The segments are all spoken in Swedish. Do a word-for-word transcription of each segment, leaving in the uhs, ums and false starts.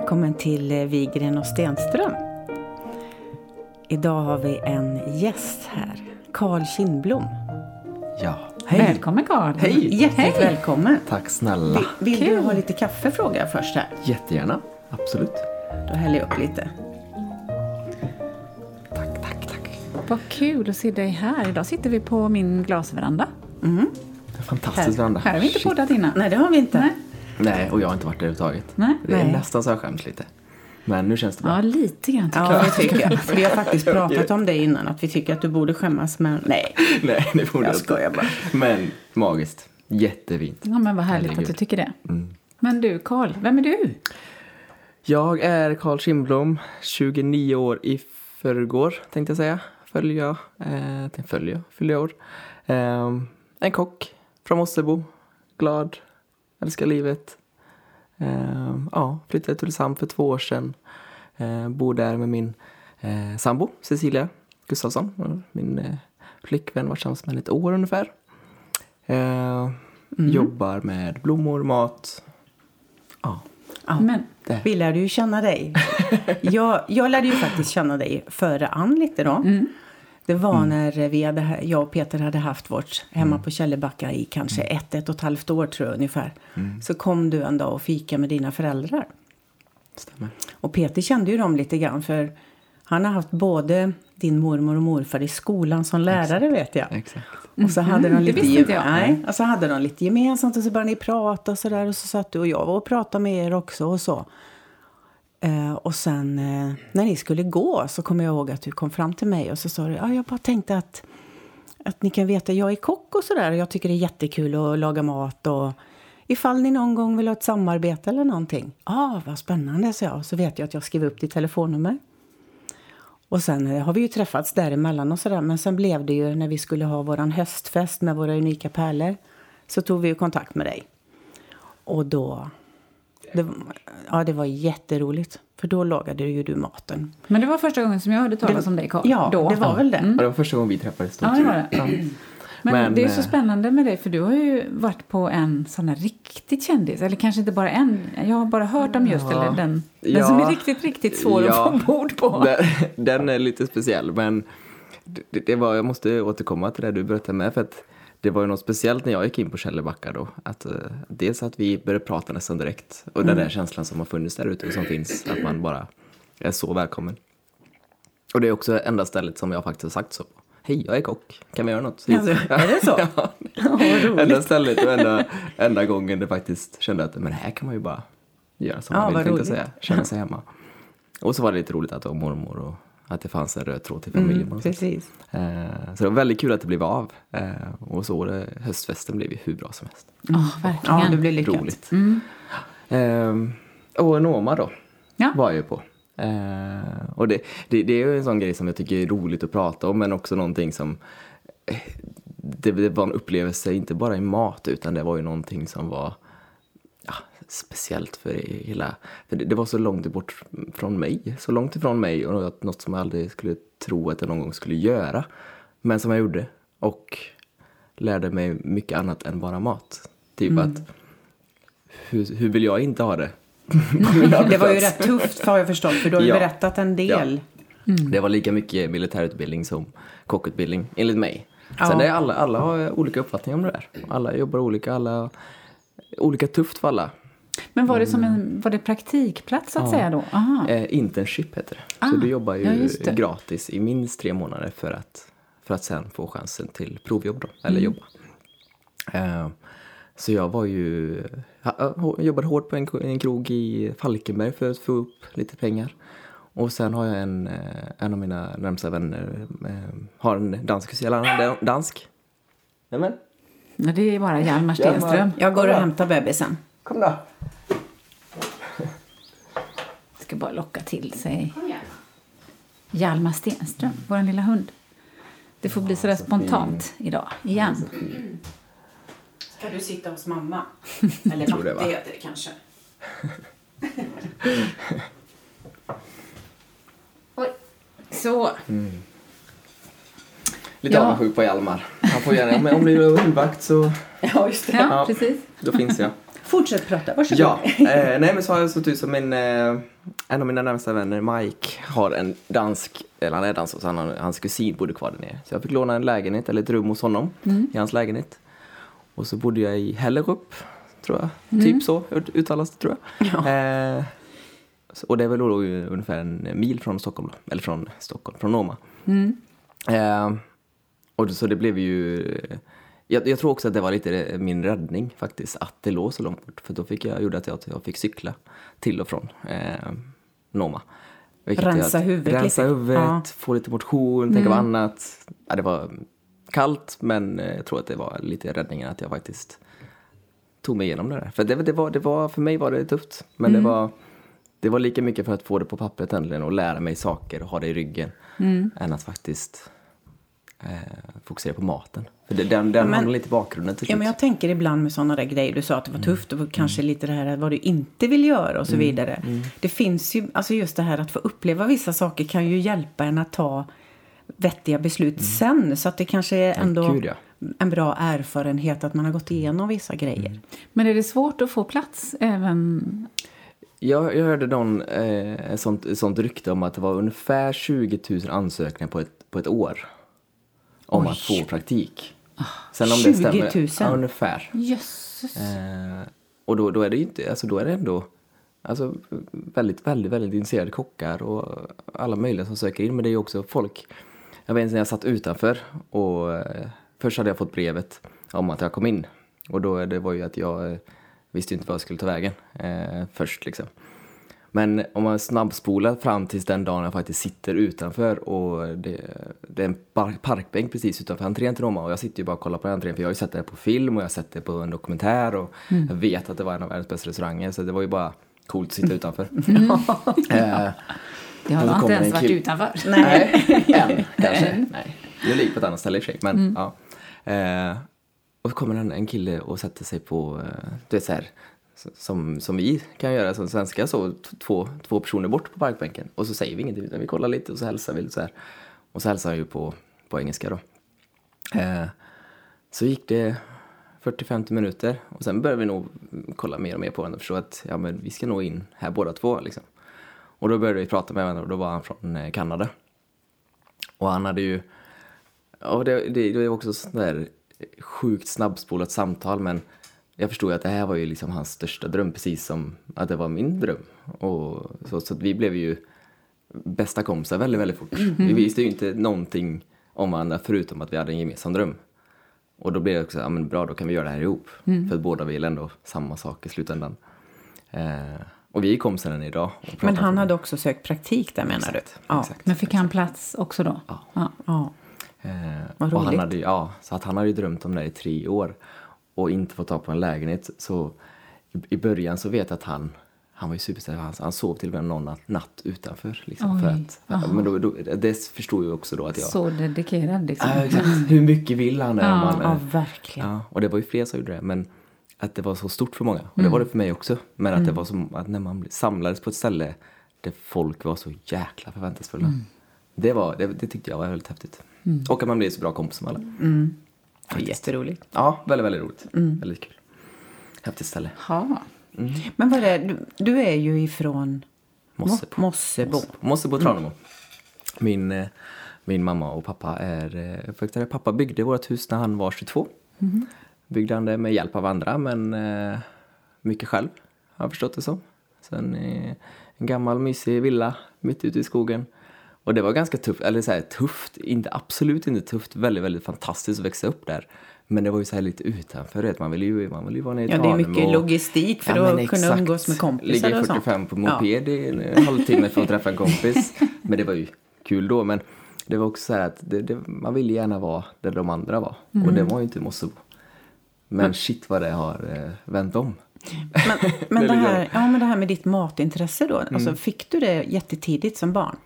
välkommen till Wigren och Stenström. Idag har vi en gäst här, Carl Kindblom. Ja. Hej. Välkommen Carl. Hej. Hjärtligt Hej. välkommen. Tack snälla. Vill, vill Kul. du ha lite kaffe, fråga först här? Jättegärna, absolut. Då häller jag upp lite. Tack, tack, tack. Vad kul att se dig här. Idag sitter vi på min glasveranda. Mm. Fantastisk veranda. Här har vi inte Shit. poddat innan. Nej, det har vi inte. Nej. Nej, och jag har inte varit där överhuvudtaget. Nej. Det är Nej. nästan så jag skäms lite. Men nu känns det bra. Ja, lite grann tycker Ja, jag. det tycker jag. För vi har faktiskt pratat om det innan, att vi tycker att du borde skämmas, men nej. Nej, det borde Jag jag skojar inte. bara. Men magiskt. Jättefint. Ja, men vad härligt Herregud. att du tycker det. Mm. Men du Carl, vem är du? Jag är Carl Kindblom, tjugonio år i förrgår, tänkte jag säga. Följer jag. Eh, tänkte följer jag, fyller jag år. Eh, en kock från Mossebo. Glad. Älskar livet. Eh, ja, flyttade till Ulricehamn för två år sedan. Eh, bor där med min eh, sambo, Cecilia Gustafsson. Min eh, flickvän, var tillsammans med ett år ungefär. Eh, Mm. Jobbar med blommor, mat. Ja, Ja. Men, det. Vi lärde ju känna dig. Jag, jag lärde ju faktiskt känna dig före Ann lite då. mm, Det var Mm. när vi hade, jag och Peter hade haft vårt hemma på Källebacka i kanske ett, ett och ett halvt år tror jag ungefär. Mm. Så kom du en dag och fika med dina föräldrar. Stämmer. Och Peter kände ju dem lite grann, för han har haft både din mormor och morfar i skolan som lärare, vet jag. Exakt. Och så hade de det lite visste inte jag. Nej, och så hade de lite gemensamt och så började ni prata och så där, och så satt du och jag och pratade med er också och så. Eh, och sen eh, när ni skulle gå så kom jag ihåg att du kom fram till mig och så sa du, ja, jag bara tänkte att att ni kan veta, jag är kock och sådär, och jag tycker det är jättekul att laga mat, och ifall ni någon gång vill ha ett samarbete eller någonting. Ja, ah, vad spännande, så jag. Så vet jag att jag skrev upp ditt telefonnummer. Och sen eh, har vi ju träffats däremellan och sådär, men sen blev det ju när vi skulle ha våran höstfest med våra unika pärlor, så tog vi ju kontakt med dig. Och då, det, ja, det var jätteroligt, för då lagade ju du maten. men det var första gången som jag hörde talas om dig Carl. Ja, Då. det var väl det. Mm. Ja, det var första gången vi träffades. Ja, det var det. Ja. Men, Men, det är så eh, spännande med dig, för du har ju varit på en sån här riktigt kändis. Eller kanske inte bara en. Jag har bara hört om just Ja. eller den, den Ja. som är riktigt, riktigt svår Ja. att få bord på. Den, den är lite speciell, men det, det var, jag måste återkomma till det du berättade med, för att det var ju något speciellt när jag gick in på Källebacka då. Att, uh, dels att vi började prata nästan direkt, och den där känslan som har funnits där ute och som finns, att man bara är så välkommen. Och det är också enda stället som jag faktiskt har sagt så på. Hej, jag är kock. Kan vi göra något? Alltså, är det så? Ja. Vad roligt. Enda stället och enda, enda gången det faktiskt kände att men här kan man ju bara göra som Ja, man vill, vad tänkte jag roligt. säga. Känna sig hemma. Och så var det lite roligt att det var mormor och att det fanns en röd tråd till familjen. Mm, på något sätt. precis. Eh, så det var väldigt kul att det blev av. Eh, och så det, höstfesten blev ju hur bra som helst. Ja, verkligen. Ja, det blev lyckat. Roligt. Mm. Eh, och Noma då Ja. var jag ju på. Eh, och det, det, det är ju en sån grej som jag tycker är roligt att prata om, men också någonting som eh, det, det var en upplevelse inte bara i mat, utan det var ju någonting som var ja, speciellt för hela, för det, det var så långt bort från mig, så långt ifrån mig, och något som jag aldrig skulle tro att jag någon gång skulle göra, men som jag gjorde, och lärde mig mycket annat än bara mat. Typ Mm. att hur, hur vill jag inte ha det? Det var ju rätt tufft, har jag förstått, för du har ju Ja. berättat en del. Det var lika mycket militärutbildning som kockutbildning, enligt mig. Ja. Sen är alla, alla har olika uppfattningar om det där. Alla jobbar olika, alla olika tufft för alla. Men var det som en var det praktikplats så att Ja. säga då? Aha. Eh, internship heter det. Ah, så du jobbar ju ja, just det. gratis i minst tre månader för att, för att sen få chansen till provjobb då, eller Mm. jobba. Eh, så jag var ju, jag jobbade hårt på en, en krog i Falkenberg för att få upp lite pengar. Och sen har jag en, en av mina närmsta vänner, eh, har en dansk kusin, eller dansk. Nämen. Ja, det är bara Hjalmar Stenström. Jag går och hämtar bebisen. Kom då. Ska bara locka till sig Hjalmar Stenström, vår lilla hund. Det får bli sådär spontant idag, igen. Ska du sitta hos mamma? Eller tror det, va? det heter det kanske. Oj, så. Lite Ja. avundsjuk på Hjalmar. Han får gärna, om om det blir huvudvakt så Ja, just det. Ja, Ja. precis. då finns jag. fortsätt prata, varsågod. Ja, eh, nej men så har jag sett ut som min, eh, en av mina närmsta vänner, Mike, har en dansk, eller han är dansk, så han, hans kusin bodde kvar där nere. Så jag fick låna en lägenhet, eller ett rum hos honom, mm. i hans lägenhet. Och så bodde jag i Hellerup, tror jag. Mm. Typ så uttalas det, tror jag. Ja. Eh, och det är väl då ungefär en mil från Stockholm, då. Eller från Stockholm, från Noma. Mm. Eh, och så det blev ju... Jag, jag tror också att det var lite min räddning faktiskt, att det låg så långt bort. För då fick jag, gjorde att jag, jag fick cykla till och från eh, Noma. Rensa huvudet Rensa lite. huvudet, ja. Få lite motion, mm. tänka på annat. Ja, det var kallt, men jag tror att det var lite räddningen att jag faktiskt tog mig igenom det där. För det, det, var, det var, för mig var det tufft, men mm. det, var, det var lika mycket för att få det på pappret äntligen och lära mig saker och ha det i ryggen mm. än att faktiskt eh, fokusera på maten. För det, den den ja, hamnar lite i bakgrunden till ja, men jag tänker ibland med sådana där grejer. Du sa att det var tufft och kanske mm. lite det här vad du inte vill göra och så mm. vidare. Mm. Det finns ju, alltså just det här att få uppleva vissa saker kan ju hjälpa en att ta vettiga beslut mm. sen. Så att det kanske är ändå ja, kul, ja. en bra erfarenhet att man har gått igenom vissa grejer. Mm. Men är det svårt att få plats även... Jag, jag hörde någon, eh, ett sånt, ett sånt rykte om att det var ungefär tjugo tusen ansökningar på ett, på ett år. Om Oj. att få praktik. Sen om det stämmer, tjugo tusen? Ja, ungefär. Jösses. Eh, och då, då är det ju inte, alltså då är det ändå alltså, väldigt, väldigt, väldigt intresserade kockar och alla möjliga som söker in. Men det är ju också folk, jag vet när jag satt utanför och eh, först hade jag fått brevet om att jag kom in. Och då det var ju att jag eh, visste inte vad jag skulle ta vägen eh, först liksom. Men om man snabbspolar fram tills den dagen jag faktiskt sitter utanför och det, det är en parkbänk precis utanför entrén till Roma och jag sitter ju bara och kollar på entrén för jag har ju sett det på film och jag har sett det på en dokumentär och mm. jag vet att det var en av världens bästa restauranger så det var ju bara coolt att sitta utanför. Mm. eh, det har man inte ens varit utanför. Nej, än kanske. Nej, jag ligger på ett annat ställe i sig, men mm. ja. Eh, och så kommer en, en kille och sätter sig på, du vet så här, Som, som vi kan göra som svenska så två, två personer bort på parkbänken och så säger vi ingenting utan vi kollar lite och så hälsar vi lite så här och så hälsar jag ju på, på engelska då eh, så gick det fyrtio till femtio minuter och sen började vi nog kolla mer och mer på varandra och förstå att ja, men vi ska nog in här båda två liksom. Och då började vi prata med varandra och då var han från eh, Kanada och han hade ju och det, det, det var också sån där sjukt snabbspolat samtal men jag förstod att det här var ju liksom hans största dröm, precis som att det var min dröm. Och så, så att vi blev ju bästa kompisar väldigt, väldigt fort. Mm-hmm. Vi visste ju inte någonting om varandra förutom att vi hade en gemensam dröm. Och då blev det också, ja men bra, då kan vi göra det här ihop. Mm. För att båda vill ändå samma sak i slutändan. Eh, och vi är kompisar än idag. Men han hade också sökt praktik där, menar exakt, du? Ja. Exakt, men fick han plats också då? Ja. Ja. ja. Eh, och han hade, ja, så att han hade ju drömt om det i tre år. Och inte få ta på en lägenhet. Så i, i början så vet jag att han han var ju superstark. Han, han sov till och med någon natt, natt utanför. Liksom, för att, för, men då, då, det förstod jag också då att jag... Så dedikerad liksom. Ja, exakt. Hur mycket vill han? Ja, man, ja verkligen. Ja, och det var ju fler som gjorde det. Men att det var så stort för många. Och det var det för mig också. Men att mm. det var som att när man samlades på ett ställe där folk var så jäkla förväntansfulla. Mm. Det, var, det, det tyckte jag var väldigt häftigt. Mm. Och att man blev så bra kompis med alla. Mm. Det är jätteroligt. Ja, väldigt, väldigt roligt. Mm. Väldigt kul. Häftigt ställe. Ja. Mm. Men vad är det? Du, du är ju ifrån Mossebo. Mossebo. Mossebo, Tranemo. Mm. Min, eh, min mamma och pappa är... Eh, pappa byggde vårt hus när han var tjugotvå. Mm. Byggde han det med hjälp av andra, men eh, mycket själv. Har jag förstått det så. Sen eh, en gammal mysig villa mitt ute i skogen. Och det var ganska tufft, eller så här tufft, inte absolut inte tufft, väldigt väldigt fantastiskt att växa upp där. Men det var ju så här lite utanför det, man vill ju man vill ju vara nere i Ja, det är mycket och, logistik för ja, att exakt, kunna umgås med kompisar ligga och fyrtiofem sånt. På moped i en ja. halvtimme för att träffa en kompis. Men det var ju kul då, men det var också så här att det, det, man ville gärna vara där de andra var. Mm. Och det var ju inte Mossebo. Men mm. shit vad det har eh, vänt om. Men, men, det, det här, ja, men det här med ditt matintresse då, mm. alltså, fick du det jättetidigt som barn?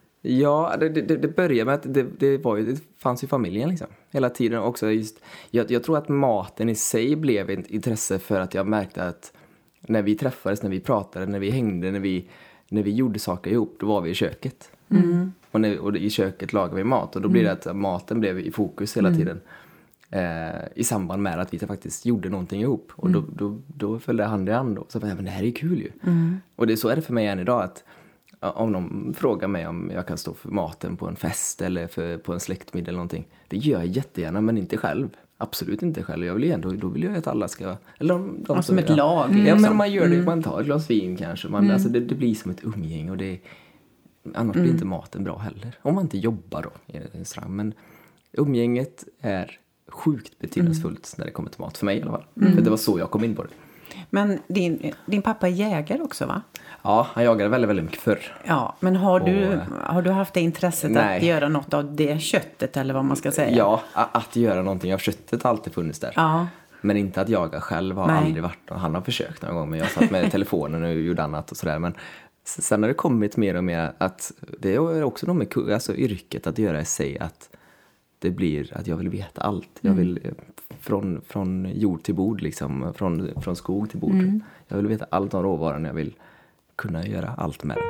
Ja, det, det, det började med att det, det, var ju, det fanns ju familjen liksom. Hela tiden också. Just, jag, jag tror att maten i sig blev ett intresse för att jag märkte att när vi träffades, när vi pratade, när vi hängde, när vi, när vi gjorde saker ihop, då var vi i köket. Mm. Och, när, och i köket lagade vi mat. Och då blir det att maten blev i fokus hela mm. tiden. Eh, I samband med att vi faktiskt gjorde någonting ihop. Och Mm. då, då, då följde jag hand i hand. Och så bara, men det här är ju kul ju. Mm. Och det, så är det för mig än idag att om någon frågar mig om jag kan stå för maten på en fest eller för, på en släktmiddag eller någonting. Det gör jag jättegärna, men inte själv. Absolut inte själv. Jag vill ju ändå, då vill jag att alla ska... Eller de, de Ja, som ett ja. lag. Mm. Ja, liksom. men man gör det. Mm. Man tar ett glas vin kanske. Man, Mm. alltså det, det blir som ett umgäng och det... Annars blir inte maten bra heller. Om man inte jobbar då i en restaurang. Men umgänget är sjukt betydelsefullt när det kommer till mat. För mig i alla fall. För det var så jag kom in på det. Men din, din pappa är jägare också, va? Ja, han jagade väldigt, väldigt mycket förr. Ja, men har du, Och, har du haft det intresset nej. att göra något av det köttet, eller vad man ska säga? Ja, a- att göra någonting av köttet har alltid funnits där. Ja. Men inte att jaga själv har Nej. aldrig varit. Han har försökt någon gång, men jag satt med telefonen och gjorde annat och sådär. Men sen har det kommit mer och mer att det är också något med alltså, yrket att göra i sig att det blir att jag vill veta allt. Jag vill från, från jord till bord liksom, från, från skog till bord. Mm. Jag vill veta allt om råvaran, jag vill kunna göra allt med den.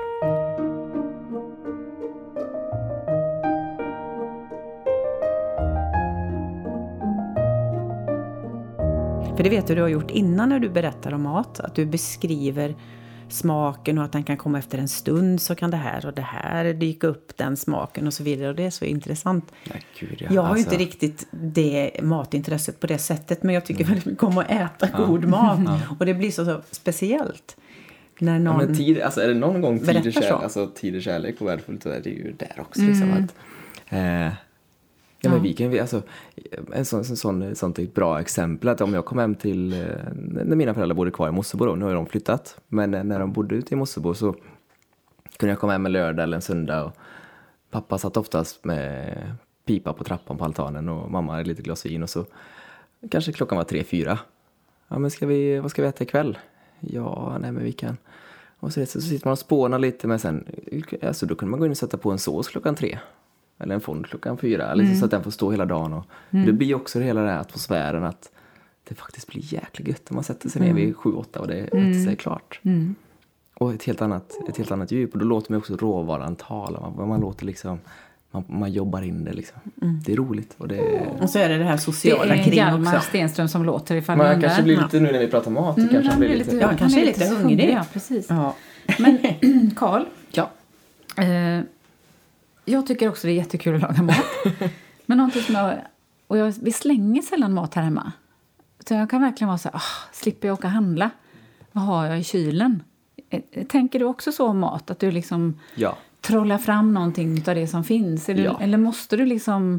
För det vet du du har gjort innan när du berättar om mat. Att du beskriver smaken och att den kan komma efter en stund, så kan det här och det här dyka upp, den smaken och så vidare. Och det är så intressant. Nej, gud, ja. Jag har ju Alltså, inte riktigt det matintresset på det sättet, men jag tycker väldigt mycket om att äta god mat. Och det blir så, så speciellt. När Ja, någon... men tid, alltså är det någon gång tid och, berättar så. kärlek, alltså, tid och kärlek och värdefullt, så är det ju där också. Liksom, att, eh, ja, men vi kan, vi, alltså, en sån, en sån, sånt är ett bra exempel att om jag kom hem till, eh, när mina föräldrar bodde kvar i Mossebo då, nu har de flyttat, men när de bodde ute i Mossebo så kunde jag komma hem en lördag eller en söndag och pappa satt oftast med pipa på trappan på altanen och mamma hade lite glas vin och så kanske klockan var tre, fyra. Ja, men ska vi, vad ska vi äta ikväll? Ja, nej men vi kan. Och så, så sitter man och spånar lite, men sen, alltså då kunde man gå in och sätta på en sås klockan tre. Eller en fond klockan fyra, liksom, så att den får stå hela dagen. Och det blir också hela den här atmosfären att det faktiskt blir jäkligt gött om man sätter sig ner vid sju, åtta och det mm. är klart. Mm. Och ett helt annat, ett helt annat djup. Och då låter man också råvaran tala. Man, man låter liksom, man, man jobbar in det liksom. Mm. Det är roligt. Och, det, och så är det det här Det sociala är kring Hjalmar också. Stenström som låter ifall man man kanske undrar. blir lite, nu när vi pratar mat, Mm, kanske han blir blir lite... lite, Ja, han kanske är lite hungrig. Ja, precis. Ja. Men Carl, Ja. eh, jag tycker också det är jättekul att laga mat. Men någonting som jag, och jag, vi slänger sällan mat här hemma. Så jag kan verkligen vara så här, ah, slipper jag åka och handla? Vad har jag i kylen? Eh, Tänker du också så om mat? Att du liksom Ja. trollar fram någonting av det som finns? Eller, Ja. eller måste du liksom...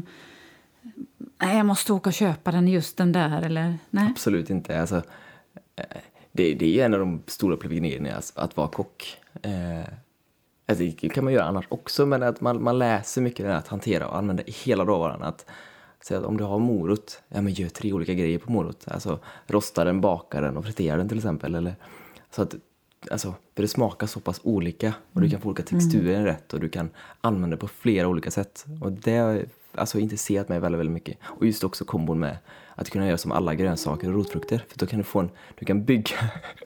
Nej, jag måste åka och köpa den, just den där, eller... Nej. Absolut inte. Alltså, eh, det, det är en av de stora privilegierna att, att vara kock. Eh, alltså, det kan man göra annars också, men att man, man läser mycket att hantera och använda hela råvaran. Att, så att om du har morot, ja, men gör tre olika grejer på morot. Alltså rosta den, baka den och fritera den till exempel. Eller, så att, alltså, för det smakar så pass olika och du kan få olika texturer mm. rätt och du kan använda det på flera olika sätt. Och det har alltså intresserat mig väldigt, väldigt mycket. Och just också kombon med att kunna göra som alla grönsaker och rotfrukter. För då kan du få en, du kan bygga,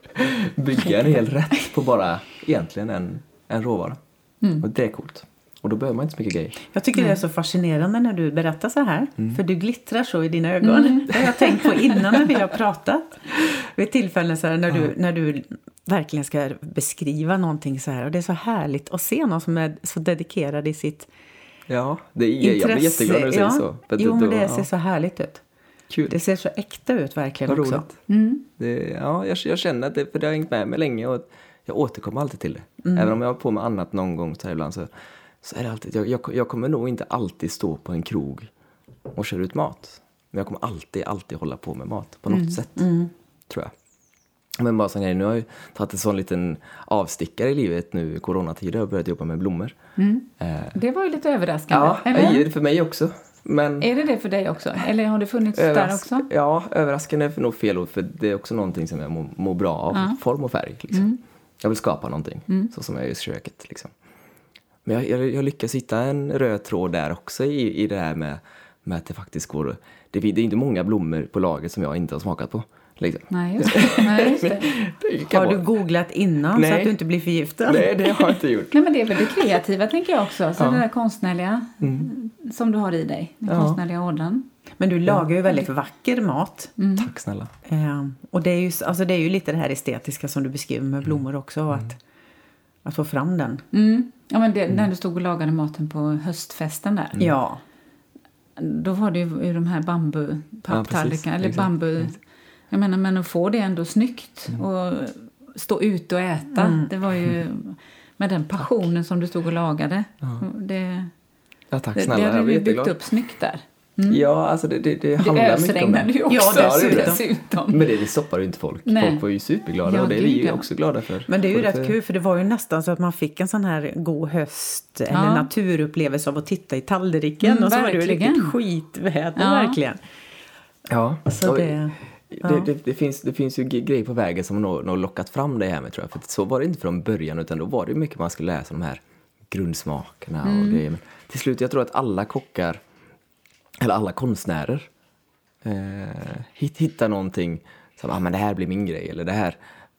bygga en hel rätt på bara egentligen en, en råvara. Mm. Och det är coolt. Och då behöver man inte så mycket grejer. Jag tycker det är så fascinerande när du berättar så här. Mm. För du glittrar så i dina ögon. Mm. Det har jag tänkt på innan när vi har pratat. Vid tillfällen så här, när, du, när du verkligen ska beskriva någonting så här. Och det är så härligt att se någon som är så dedikerad i sitt ja, det är, intresse. Jag blir jätteglad när du säger ja. så. För jo, men det då, ser ja. så härligt ut. Kul. Det ser så äkta ut verkligen Vad också. roligt. Mm. Det, ja, jag, jag känner att det, för det har hängt med mig länge och jag återkommer alltid till det. Mm. Även om jag har på med annat någon gång så här ibland så, så är det alltid, jag, jag, jag kommer nog inte alltid stå på en krog och köra ut mat. Men jag kommer alltid, alltid hålla på med mat på något Mm. sätt, Mm. tror jag. Men bara sån grej, nu har jag tagit en sån liten avstickare i livet nu i coronatider och börjat jobba med blommor. Mm. Eh, Det var ju lite överraskande. ja, eller? för mig också. Men Är det det för dig också? Eller har det funnits där Överrask- också? Ja, överraskande är nog fel ord, för det är också någonting som jag mår, mår bra av. Ja. Form och färg. Liksom. Mm. Jag vill skapa någonting, Mm. så som jag gör i köket. Liksom. Men jag, jag, jag lyckas hitta en röd tråd där också i, i det här med, med att det faktiskt går... Det, det är inte många blommor på lager som jag inte har smakat på. Liksom. Nej, just det. Nej, just det. Det kan Har du vara- googlat innan Nej. så att du inte blir förgiftad? Nej, det har jag inte gjort. Nej, men det är väl det kreativa, tänker jag också. Så Ja. det där konstnärliga Mm. som du har i dig. Den Ja. konstnärliga ådran. Men du lagar ju väldigt vacker mat. Mm. Tack snälla. Eh, och det är, ju, alltså det är ju lite det här estetiska som du beskriver med blommor också. Mm. Att, att få fram den. Mm. Ja, men det, mm. när du stod och lagade maten på höstfesten där. Mm. Ja. Då var det ju de här bambupapptallrikarna. Ja, eller bambu... Jag menar, men att få det ändå snyggt. Mm. Och stå ute och äta. Mm. Det var ju med den passionen tack. Som du stod och lagade. Ja. Det, ja, tack det, snälla. det hade vi byggt jätteglad. Upp snyggt där. Mm. Ja, alltså det, det, det handlar det mycket om det. ju också. Ja, det dessutom. Men det, det stoppar ju inte folk. Nej. Folk var ju superglada ja, och det är vi ju ja. också glada för. Men det är ju för rätt kul för det var ju nästan så att man fick en sån här god höst ja. eller naturupplevelse av att titta i tallriken. Mm, och så verkligen. var det ju riktigt skitväder ja. verkligen. Ja, så det... Ja. Det, det, det, finns, det finns ju grejer på vägen som har nog lockat fram det här med, tror jag. För så var det inte från början, utan då var det mycket man skulle läsa de här grundsmakerna och mm. grejer. Men till slut, jag tror att alla kockar, eller alla konstnärer eh, hittar någonting som, ah, men det här blir min grej, eller det här.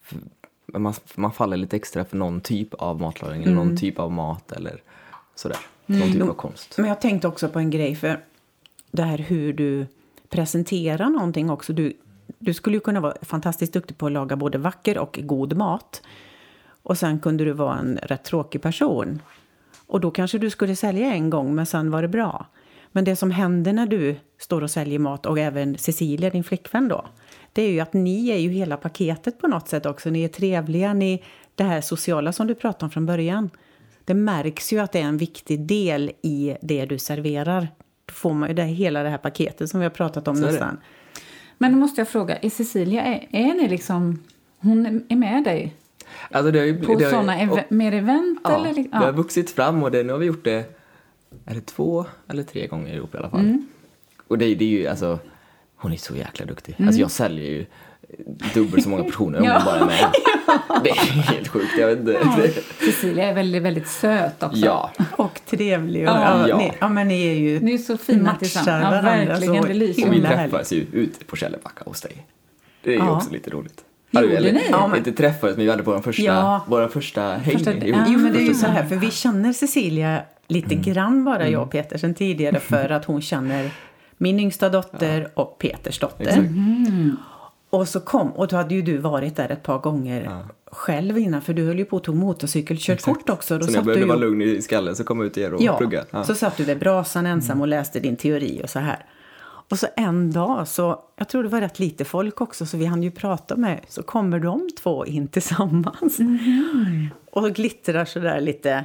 Man, man faller lite extra för någon typ av matlagning, eller mm. någon typ av mat, eller sådär. Mm. Någon typ av konst. Men jag tänkte också på en grej, för det här hur du presenterar någonting också. Du Du skulle ju kunna vara fantastiskt duktig på att laga både vacker och god mat. Och sen kunde du vara en rätt tråkig person. Och då kanske du skulle sälja en gång, men sen var det bra. Men det som händer när du står och säljer mat, och även Cecilia, din flickvän då, det är ju att ni är ju hela paketet på något sätt också. Ni är trevliga, ni, det här sociala som du pratade om från början. Det märks ju att det är en viktig del i det du serverar. Då får man ju det, hela det här paketet som vi har pratat om nästan. Men då måste jag fråga, är Cecilia, är, är ni liksom, hon är med dig? Alltså det har ju, på det har, sådana ev- mer event? Ja, eller? Ja, det har vuxit fram och det, nu har vi gjort det, är det två eller tre gånger ihop i alla fall. Mm. Och det, det är ju, alltså, hon är så jäkla duktig. Mm. Alltså jag säljer ju dubbelt så många portioner om ja. hon bara är med. Det är helt sjukt, jag vet inte. Ja. Cecilia är väldigt, väldigt söt också. Ja. Och trevlig. Och, ja. Ja. Ni, ja, men ni är ju... Ni är så fina tillsammans. Ja, verkligen. Det lyser. Och vi träffas ju ute på Källebacka hos dig. Det är ju ja. också lite roligt. Gjorde eller, ni? Ja, men... Inte träffades, men vi hade vår första, ja. vår första häng. Första, ihop. Jo, men det är ju så här, för vi känner Cecilia lite mm. grann bara, jag och Mm. Peter, sen tidigare, för att hon känner min yngsta dotter ja. och Peters dotter. Mm. Och så kom, och då hade ju du varit där ett par gånger ja. själv innan, för du höll ju på att ta motorcykelkörkort också. Då så när jag behövde vara lugn i skallen så kom jag ut i er och ja, plugga. Ja, så satt du vid brasan ensam mm. och läste din teori och så här. Och så en dag, så jag tror det var rätt lite folk också, så vi hann ju prata med, så kommer de två in tillsammans. Mm. Och glittrar så där lite.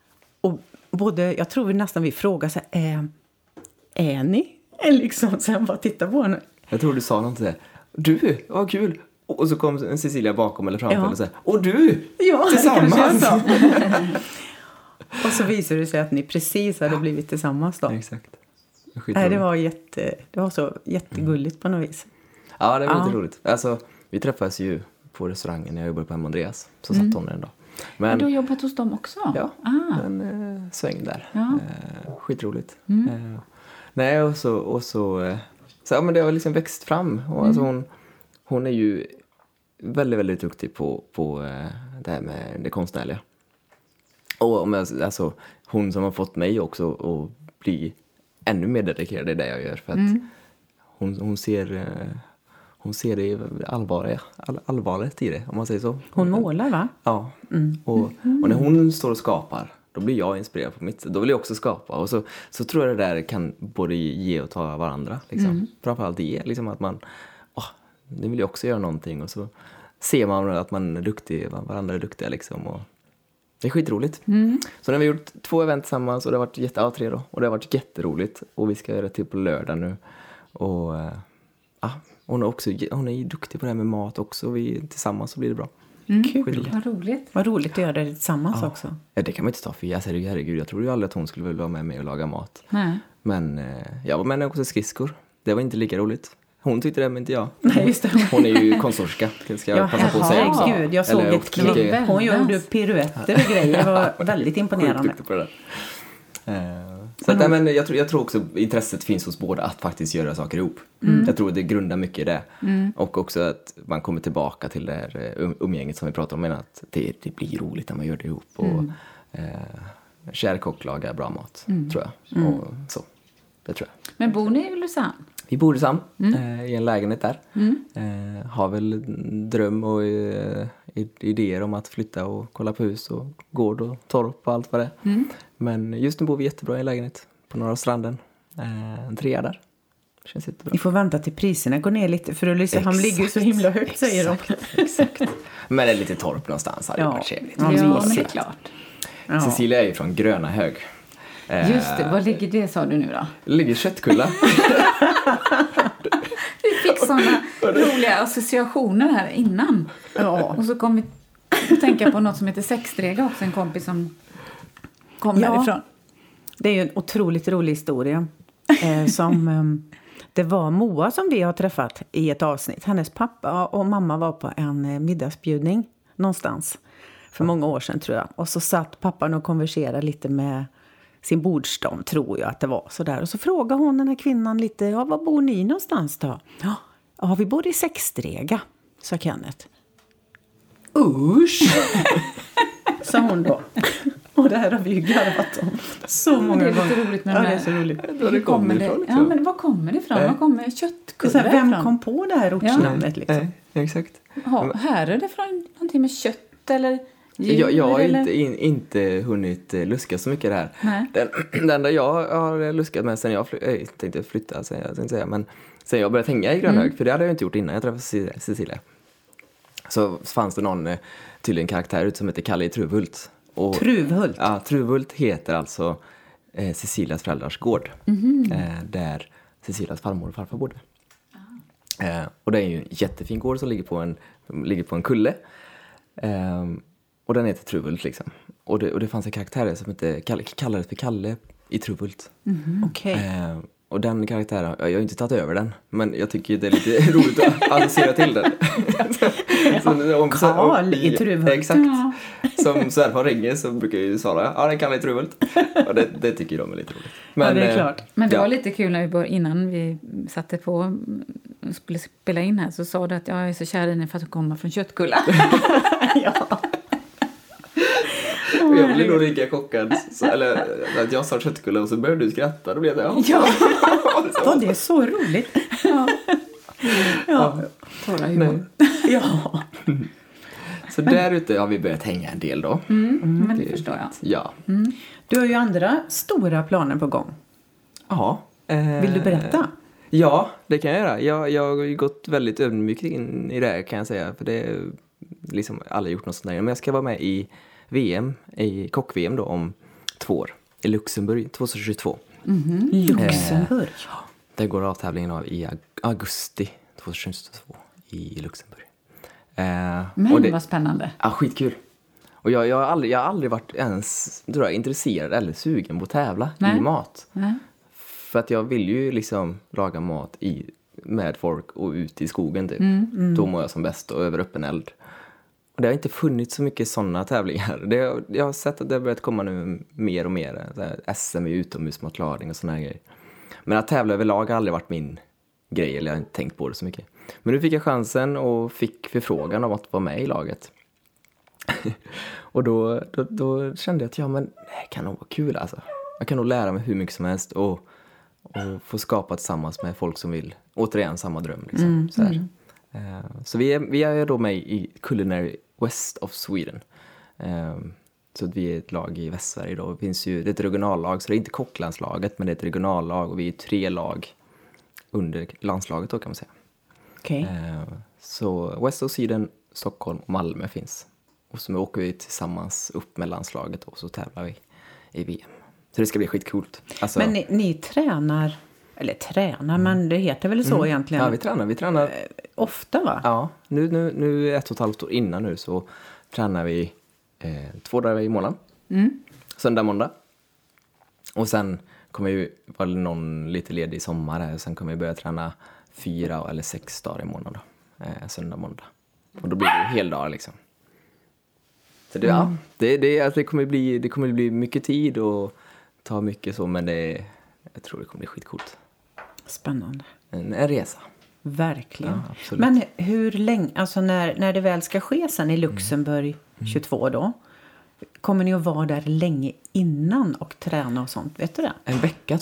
Och både, jag tror vi nästan vi frågar så här, är, är ni? Liksom, sen bara titta på henne. Jag tror du sa något där. Du, vad kul. Och så kom en Cecilia bakom eller framför ja. och sa, och du, ja, tillsammans. Och så visade det sig att ni precis hade blivit tillsammans då. Exakt. Nej, det var jätte, det var så jättegulligt på något vis. Ja, det var ja. lite roligt. Alltså, vi träffades ju på restaurangen när jag jobbade på Hemma Andreas. Så mm. satt hon en dag. Men, men du har jobbat hos dem också? Ja, ah. en eh, sväng där. Ja. Eh, skitroligt. Mm. Eh, nej, och så, och så, eh, så ja, men det har liksom växt fram. Och alltså hon, hon är ju väldigt, väldigt duktig på, på eh, det här med det konstnärliga. Och om jag, alltså, hon som har fått mig också att bli ännu mer dedikerad i det jag gör. För att mm. hon, hon ser... Hon ser det allvarliga, all, allvarligt i det, om man säger så. Hon målar, va? Ja. Mm. Och, och när hon står och skapar, då blir jag inspirerad på mitt sätt. Då vill jag också skapa. Och så, så tror jag det där kan både ge och ta varandra. Liksom. Mm. Framförallt ge. Liksom att man, åh, nu vill jag också göra någonting. Och så ser man att man är duktig, varandra är duktiga. Liksom, och det är skitroligt. Mm. Så när vi har gjort två event tillsammans, och det har varit jätte, ja, tre då. Och det har varit jätteroligt. Och vi ska göra det till på lördag nu. Och ja, hon är också, hon är ju duktig på det här med mat också. Vi tillsammans så blir det bra. Mm. Kul. Vad roligt. Vad roligt att göra det tillsammans ja. också. Ja, det kan man inte ta för. Jag säger herregud, jag trodde ju aldrig att hon skulle vilja vara med mig och laga mat. Nej. Men jag var med också skridskor. Det var inte lika roligt. Hon tyckte det, men inte jag. Nej, just det. Hon är ju konsorska. Ska jag ja, passa på att säga också. Gud, jag såg Eller, ett klipp. Hon gjorde piruetter och grejer. Det var väldigt imponerande. På det där. Så att, men jag, tror, jag tror också intresset finns hos båda att faktiskt göra saker ihop. Mm. Jag tror att det grundar mycket i det. Mm. Och också att man kommer tillbaka till det här umgänget som vi pratar om. Men att det, det blir roligt när man gör det ihop. Och mm. eh, kär kock lagar bra mat, mm. tror jag. Mm. Och så, det tror jag. Men bor ni i Ulricehamn? Vi bor i Sam, Mm. eh, i en lägenhet där. Mm. Eh, har väl dröm och eh, idéer om att flytta och kolla på hus och gård och torp och allt vad det är. Mm. Men just nu bor vi jättebra i en lägenhet på Norra stranden. Eh, en trea där. Känns jättebra. Ni får vänta till priserna går ner lite för Ulysses, han ligger ju så himla högt, säger de. Exakt, exakt. Men det är lite torp någonstans hade Ja. ja. varit trevligt. Ja, Ja, men mysigt. det är klart. Ja. Cecilia är ju från Gröna Hög. Eh, Just det, var ligger det sa du nu då? Det ligger i Köttkulla. Vi fick sådana roliga associationer här innan. Ja. Och så kom vi att tänka på något som heter Sexstrega också, en kompis som kom Ja. därifrån. Det är ju en otroligt rolig historia. Eh, som, eh, det var Moa som vi har träffat i ett avsnitt. Hennes pappa och mamma var på en eh, middagsbjudning någonstans för många år sedan tror jag. Och så satt pappan och konverserade lite med sin bordsdam, tror jag att det var. Så där. Och så frågade hon den här kvinnan lite, ja, var bor ni någonstans då? Ja, ja vi bor i Sexstrega, sa Kenneth. Usch! sa hon då. Och det här har vi ju garvat om så många Det är gånger. lite roligt med Ja, de det är här. så roligt. Då det kommer det, ifrån. ja, men var kommer det ifrån? Nej. Var kommer Det är köttkulla så här, vem ifrån? kom på det här ortsnamnet liksom? Nej, exakt. Ja, här är det från någonting med kött eller djur? Jag, jag har eller? inte, in, inte hunnit eh, luska så mycket där. Nej. Den, den enda jag har luskat med sen jag fly, äh, tänkte flytta, sen jag tänkte säga, men sen jag började hänga i Grönhög, Mm. för det hade jag inte gjort innan jag träffade Cecilia- Cecilia. Så fanns det någon, eh, tydligen karaktär ut som heter Kalle i Truvhult. Och, Truvhult. Ja, Truvhult heter alltså eh, Cecilias föräldrars gård. Mhm. Eh, där Cecilias farmor och farfar bodde. Eh, och det är ju en jättefin gård som ligger på en, ligger på en kulle. Eh, och den heter Truvhult liksom. Och det, och det fanns en karaktär som heter, Kalle, kallades för Kalle i Truvhult. Okej. Eh, och den karaktären, jag har ju inte tagit över den, men jag tycker det är lite roligt att associera till den. Så, om, Karl i Truvhult. Exakt. Ja. Som svärfar ringer så brukar jag ju svara, ja den kan i Truvhult. Och det, det tycker de är lite roligt. Ja, det är eh, klart. Men det ja. var lite kul när vi började, innan vi satte på och skulle spela in här, så sa du att jag är så kär i dig för att du kommer från Köttkulla. Ja. Och jag blev nog lika chockad. Så, eller att jag sa Köttkulla och så började du skratta. Då blev det, ja. Ja. Var det så roligt? Ja. Ja. Torra humor. Ja. Så där ute har vi börjat hänga en del då. Mm, men det förstår jag. Ja. Du har ju andra stora planer på gång. Ja. Eh, Vill du berätta? Ja, det kan jag göra. Jag, jag har ju gått väldigt ödmjukt in i det här, kan jag säga. För det är liksom aldrig gjort något sånt där. Men jag ska vara med i V M, i kock-V M då om två år. I Luxemburg tjugohundratjugotvå. Mhm. Luxemburg. Där går avtävlingen av i aug- augusti tjugohundratjugotvå i Luxemburg. Eh, Men och det, vad spännande. ja, skitkul. Och jag, jag, har aldrig, jag har aldrig varit ens tror jag, intresserad eller sugen på att tävla Nej. i mat. Ja. För att jag vill ju liksom laga mat i, med folk och ut i skogen typ. Mm. Då mår jag som bäst och över öppen eld. Och det har inte funnits så mycket sådana tävlingar. Det, jag har sett att det har börjat komma nu mer och mer. Så här, S M i utomhusmatlagning och såna här grejer. Men att tävla överlag har aldrig varit min grej. Eller jag har inte tänkt på det så mycket. Men nu fick jag chansen och fick förfrågan om att vara med i laget. Och då, då, då kände jag att ja, men det kan nog vara kul alltså. Jag kan nog lära mig hur mycket som helst och, och få skapa tillsammans med folk som vill. Återigen samma dröm liksom. Mm, Så, här. Uh, så vi är, vi är då med i Culinary West of Sweden. Um, så att vi är ett lag i Västsverige då. Det finns ju det är ett regionallag, så det är inte kocklandslaget, men det är ett regionallag och vi är tre lag under landslaget då kan man säga. Okej. Uh, så West of Sweden, Stockholm och Malmö finns. Och så åker vi tillsammans upp med landslaget och så tävlar vi i V M. Så det ska bli skitcoolt. Alltså, Men ni, ni tränar, eller tränar, men det heter väl så mm. egentligen? Ja, vi tränar. Vi tränar Ofta va? Ja, nu, nu, nu ett och ett halvt år innan nu så tränar vi eh, två dagar i månaden. Mm. Söndag, måndag. Och sen kommer vi vara någon lite ledig i sommar här. Sen kommer vi börja träna fyra eller sex dagar i månaden då. Eh, söndag, måndag. Och då blir det hel dag liksom. Så det, ja, det, det, alltså det, kommer bli, det kommer bli mycket tid och ta mycket så. Men det, jag tror det kommer bli skitcoolt. Spännande. En, en resa. Verkligen. Ja, absolut. Men hur länge, alltså när, när det väl ska ske sen i Luxemburg tjugotvå då, kommer ni att vara där länge innan och träna och sånt, vet du det? En vecka tror jag.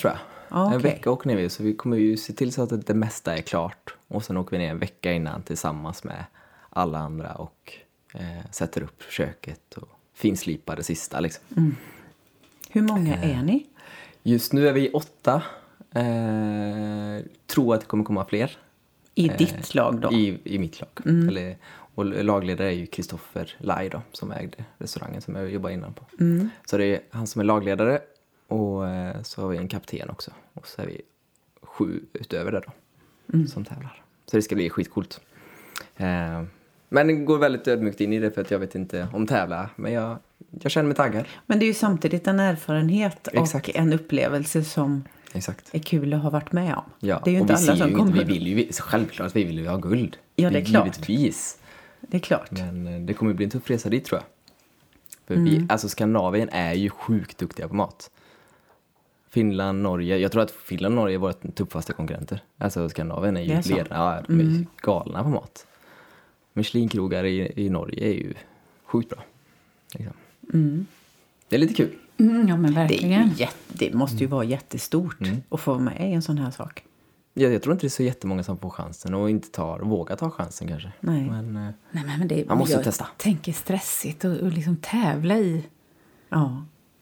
Ja, En okej. vecka åker ner vi, så vi kommer ju se till så att det mesta är klart. Och sen åker vi ner en vecka innan tillsammans med alla andra och eh, sätter upp köket och finslipar det sista liksom. Mm. Hur många är ni? Just nu är vi åtta. Eh, tror att det kommer komma fler. I ditt lag då? I, i mitt lag. Mm. Eller, och lagledare är ju Kristoffer Lai då, som ägde restaurangen som jag jobbar innan på. Mm. Så det är han som är lagledare och eh, så har vi en kapten också. Och så är vi sju utöver det då, Mm. som tävlar. Så det ska bli skitcoolt. Eh, men det går väldigt ödmjukt in i det för att jag vet inte om tävla. Men jag, jag känner mig taggad. Men det är ju samtidigt en erfarenhet Exakt. och en upplevelse som Exakt. är kul att ha varit med om. Ja, Det är ju inte och vi alla ser som ju kommer. inte, vi vill ju, vi- självklart vi vill ju ha guld. Ja, det är klart. Givetvis. Det är klart. Men eh, det kommer bli en tuff resa dit tror jag. För Mm. vi, alltså Skandinavien är ju sjukt duktiga på mat. Finland, Norge. Jag tror att Finland och Norge är våra tuffaste konkurrenter. Alltså Skandinavien är ju Det är så. ledare. Ja, de är ju Mm. galna på mat. Michelin-krogar i, i Norge är ju sjukt bra. Liksom. Mm. Det är lite kul. Mm, ja, men Det, är verkligen. ju jätte, det måste ju vara jättestort Mm. att få vara med i en sån här sak. Jag, jag tror inte det är så jättemånga som får chansen och inte tar, vågar ta chansen kanske. Nej. Men eh, Nej, men men det, Man måste jag testa. tänker stressigt och, och liksom tävla i Ja,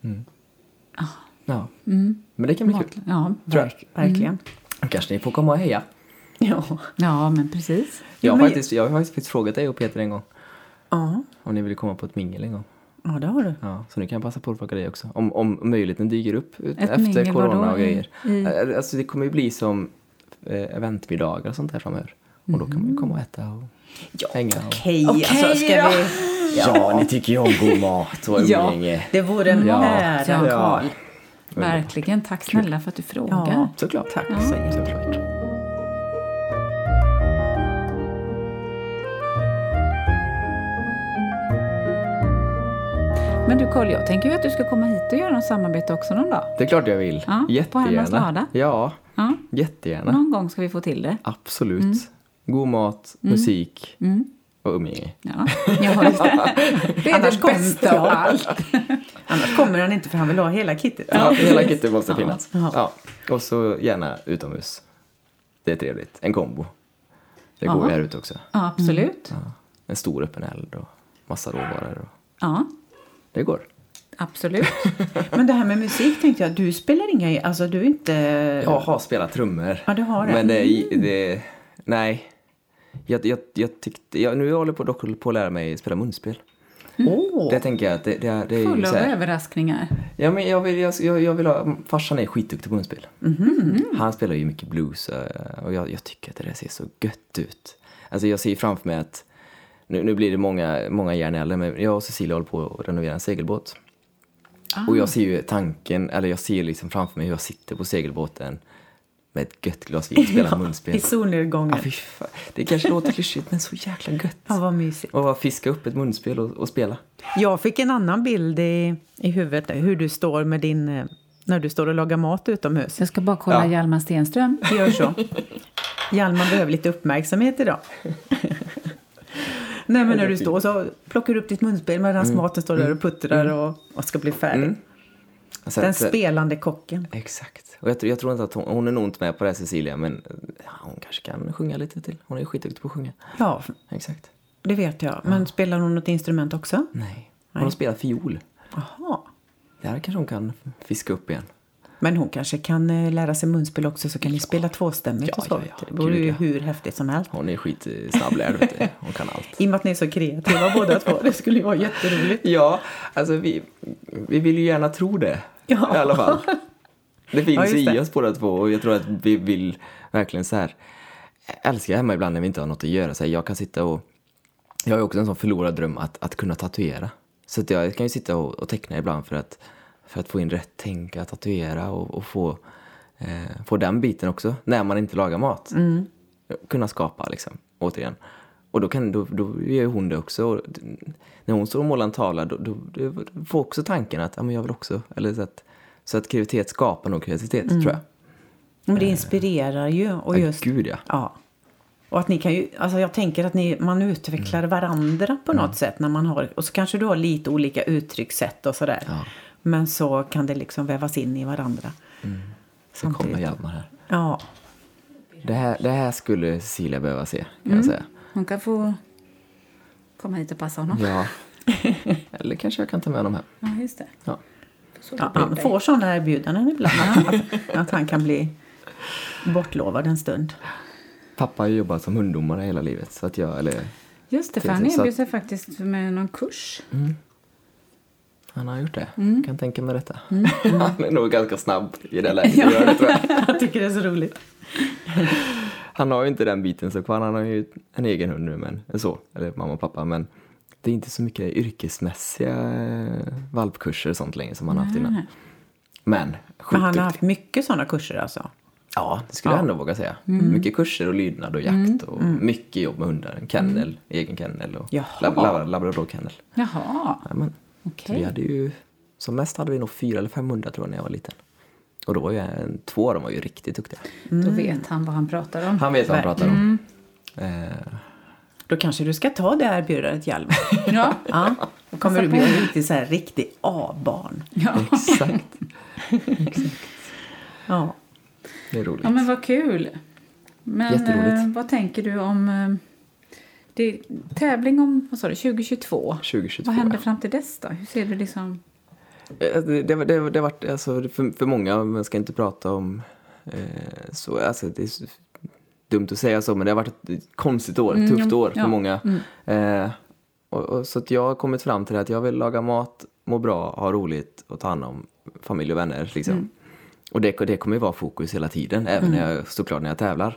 ja, mm, men det kan bli mat. kul. Ja. Tror jag. verk, verkligen. Kanske ni får komma och heja. Ja. ja, men precis. Jag har, men- faktiskt, jag har faktiskt frågat dig och Peter en gång Ja. om ni ville komma på ett mingel en gång. Ja, det har du. Ja, så nu kan jag passa på att fråga dig också. Om, om möjligheten dyker upp ut- Ett efter mingel, corona vadå? och grejer. I- Eh, Alltså det kommer ju bli som eh, eventmiddagar och sånt där framöver. Och då kan man ju komma och äta och Ja, hänga. Och... okej. Okej Alltså, ska då. vi... Ja, ni tycker ju om god mat och Ja, umgänge. det vore en Ja. ära, Ja. Carl. Verkligen. Tack snälla för att du frågar. Ja, Såklart. tack Ja. så jättemycket. Såklart. Men du Carl, jag tänker ju att du ska komma hit och göra något samarbete också någon dag. Det är klart jag vill. Ja, på Hemmans Jättegärna. lördag. Ja, Ja, jättegärna. någon gång ska vi få till det. Absolut. God mat, musik Mm. och umgänge. Ja, ja just det. Det är Annars det kommer bästa inte av jag. allt. Annars kommer han inte för han vill ha hela kittet. Ja, hela kittet måste Ja. finnas. Ja. Ja. Och så gärna utomhus. Det är trevligt. En kombo. Det Ja. går ju här ute också. Ja, absolut. Ja. En stor öppen eld och massa råvaror. Och... Ja, Det går. absolut. Men det här med musik tänkte jag, du spelar inga, alltså du är inte... Jag har spelat trummor. Ja, du har det. Men det är... Det, nej. Jag, jag, jag tyckte... Jag, nu håller jag på, dock på att lära mig spela munspel. Åh, Det tänker jag att det, det, det är ju Full av så här, överraskningar. ja, men jag, vill, jag, jag, jag vill ha... Farsan är skitduktig på munspel. Mhm. Han spelar ju mycket blues eh, och jag, jag tycker att det där ser så gött ut. Alltså jag ser framför mig att nu, nu blir det många, många järn i elden, men jag och Cecilia håller på att renovera en segelbåt. Ah. Och jag ser ju tanken, eller jag ser liksom framför mig hur jag sitter på segelbåten med ett gött glas vin och spelar munspel. i solnedgången. Ja, fy fan. Det kanske låter klyschigt, men så jäkla gött. Ja, vad mysigt. Och bara fiska upp ett munspel och, och spela. Jag fick en annan bild i, i huvudet, där, hur du står med din... eh, När du står och lagar mat utomhus. Jag ska bara kolla Ja. Hjalmar Stenström. Gör så. Hjalmar behöver lite uppmärksamhet idag. Nej, men när du står så plockar du upp ditt munspel medan maten står där och puttrar och, och ska bli färdig. Mm. Alltså, Den att- spelande kocken. Exakt. Och jag, tror- jag tror inte att hon, hon är nog inte med på det här, Cecilia, men ja, hon kanske kan sjunga lite till. Hon är ju skitduktig på att sjunga. Ja, Exakt. det vet jag. Men spelar hon något instrument också? Nej. Hon Nej. har spelat fiol. Jaha. Det här kanske hon kan fiska upp igen. Men hon kanske kan eh, lära sig munspel också så kan ni spela tvåstämmigt Ja, och så. ja, ja. Det vore ju Gud, ja. hur häftigt som helst. Hon är skitsnabblärd, vet du. Hon kan allt. I och med att ni är så kreativa båda två. Det skulle ju vara jätteroligt. Ja, alltså vi, vi vill ju gärna tro det. Ja. I alla fall. Det Ja, finns just det. i oss båda två och jag tror att vi vill verkligen så här. Älskar hemma ibland när vi inte har något att göra. Så här, jag kan sitta och... Jag har ju också en sån förlorad dröm att, att kunna tatuera. Så att jag kan ju sitta och, och teckna ibland för att, för att få in rätt tänka, tatuera och, och få, eh, få den biten också. När man inte lagar mat. Mm. Kunna skapa liksom, återigen. Och då, kan, då, då gör hon det också. Och när hon står och målar en tavla då, då, då får också tanken att ja, men jag vill också. Eller så att, så att kreativitet skapar nog kreativitet, tror jag. Men det inspirerar ju. Och Ja, just, gud ja. ja. Och att ni kan ju, alltså jag tänker att ni, man utvecklar Mm. varandra på något sätt när man har, och så kanske du har lite olika uttryckssätt och sådär. Ja. Men så kan det liksom vävas in i varandra. Så kommer Hjalmar här. Ja. Det här, det här skulle Cecilia behöva se, kan Mm. jag säga. Hon kan få komma hit och passa honom. Ja. Eller kanske jag kan ta med honom här. Ja, just det. Ja. Så Ja, det han blir får dig. sådana erbjudanden ibland. att, att han kan bli bortlovad en stund. Pappa har ju jobbat som hunddomare hela livet. Så att jag, eller, Just det, för han Så att- erbjöd sig faktiskt med någon kurs. han har gjort det. Mm. Kan tänka mig detta. Han är nog ganska snabb i det läget att göra det, tror jag. Jag tycker det är så roligt. Han har ju inte den biten så kvar. Han har ju en egen hund nu, men så. Eller mamma och pappa. Men det är inte så mycket yrkesmässiga eh, valpkurser och sånt längre som han har haft innan. Men Men sjukt han har duktig. haft mycket sådana kurser alltså. Ja, det skulle Ja. jag ändå våga säga. Mycket kurser och lydnad och jakt och mycket jobb med hundar. En kennel, egen kennel och Jaha. lab- lab- labradorkennel. Jaha, Ja, men, så okej. vi hade ju, som mest hade vi nog fyra eller fem hundar tror jag när jag var liten. Och då var ju en, två av dem var ju riktigt duktiga. Då vet han vad han pratar om. Han vet vad han pratar om. Mm. Eh, Då kanske du ska ta det här erbjudandet, Hjalmar. Ja. Ja. Då kommer du bli en riktig, så här, riktig A-barn. Ja. exakt, Ja. det är roligt. ja, men vad kul. Men Jätteroligt. eh, vad tänker du om eh, det är tävling om vad sa du, tjugo tjugotvå? tjugo tjugotvå. Vad händer fram till dess då? Hur ser du liksom? Eh, Det, det, det, det har varit, alltså, för, för många, man ska inte prata om eh, så, alltså, det är så, dumt att säga så, men det har varit ett konstigt år, ett tufft år för ja. många. Eh, och, och, så att jag har kommit fram till att jag vill laga mat, må bra, ha roligt och ta hand om familj och vänner. Liksom. Och det, det kommer ju vara fokus hela tiden, även när jag, såklart när jag tävlar.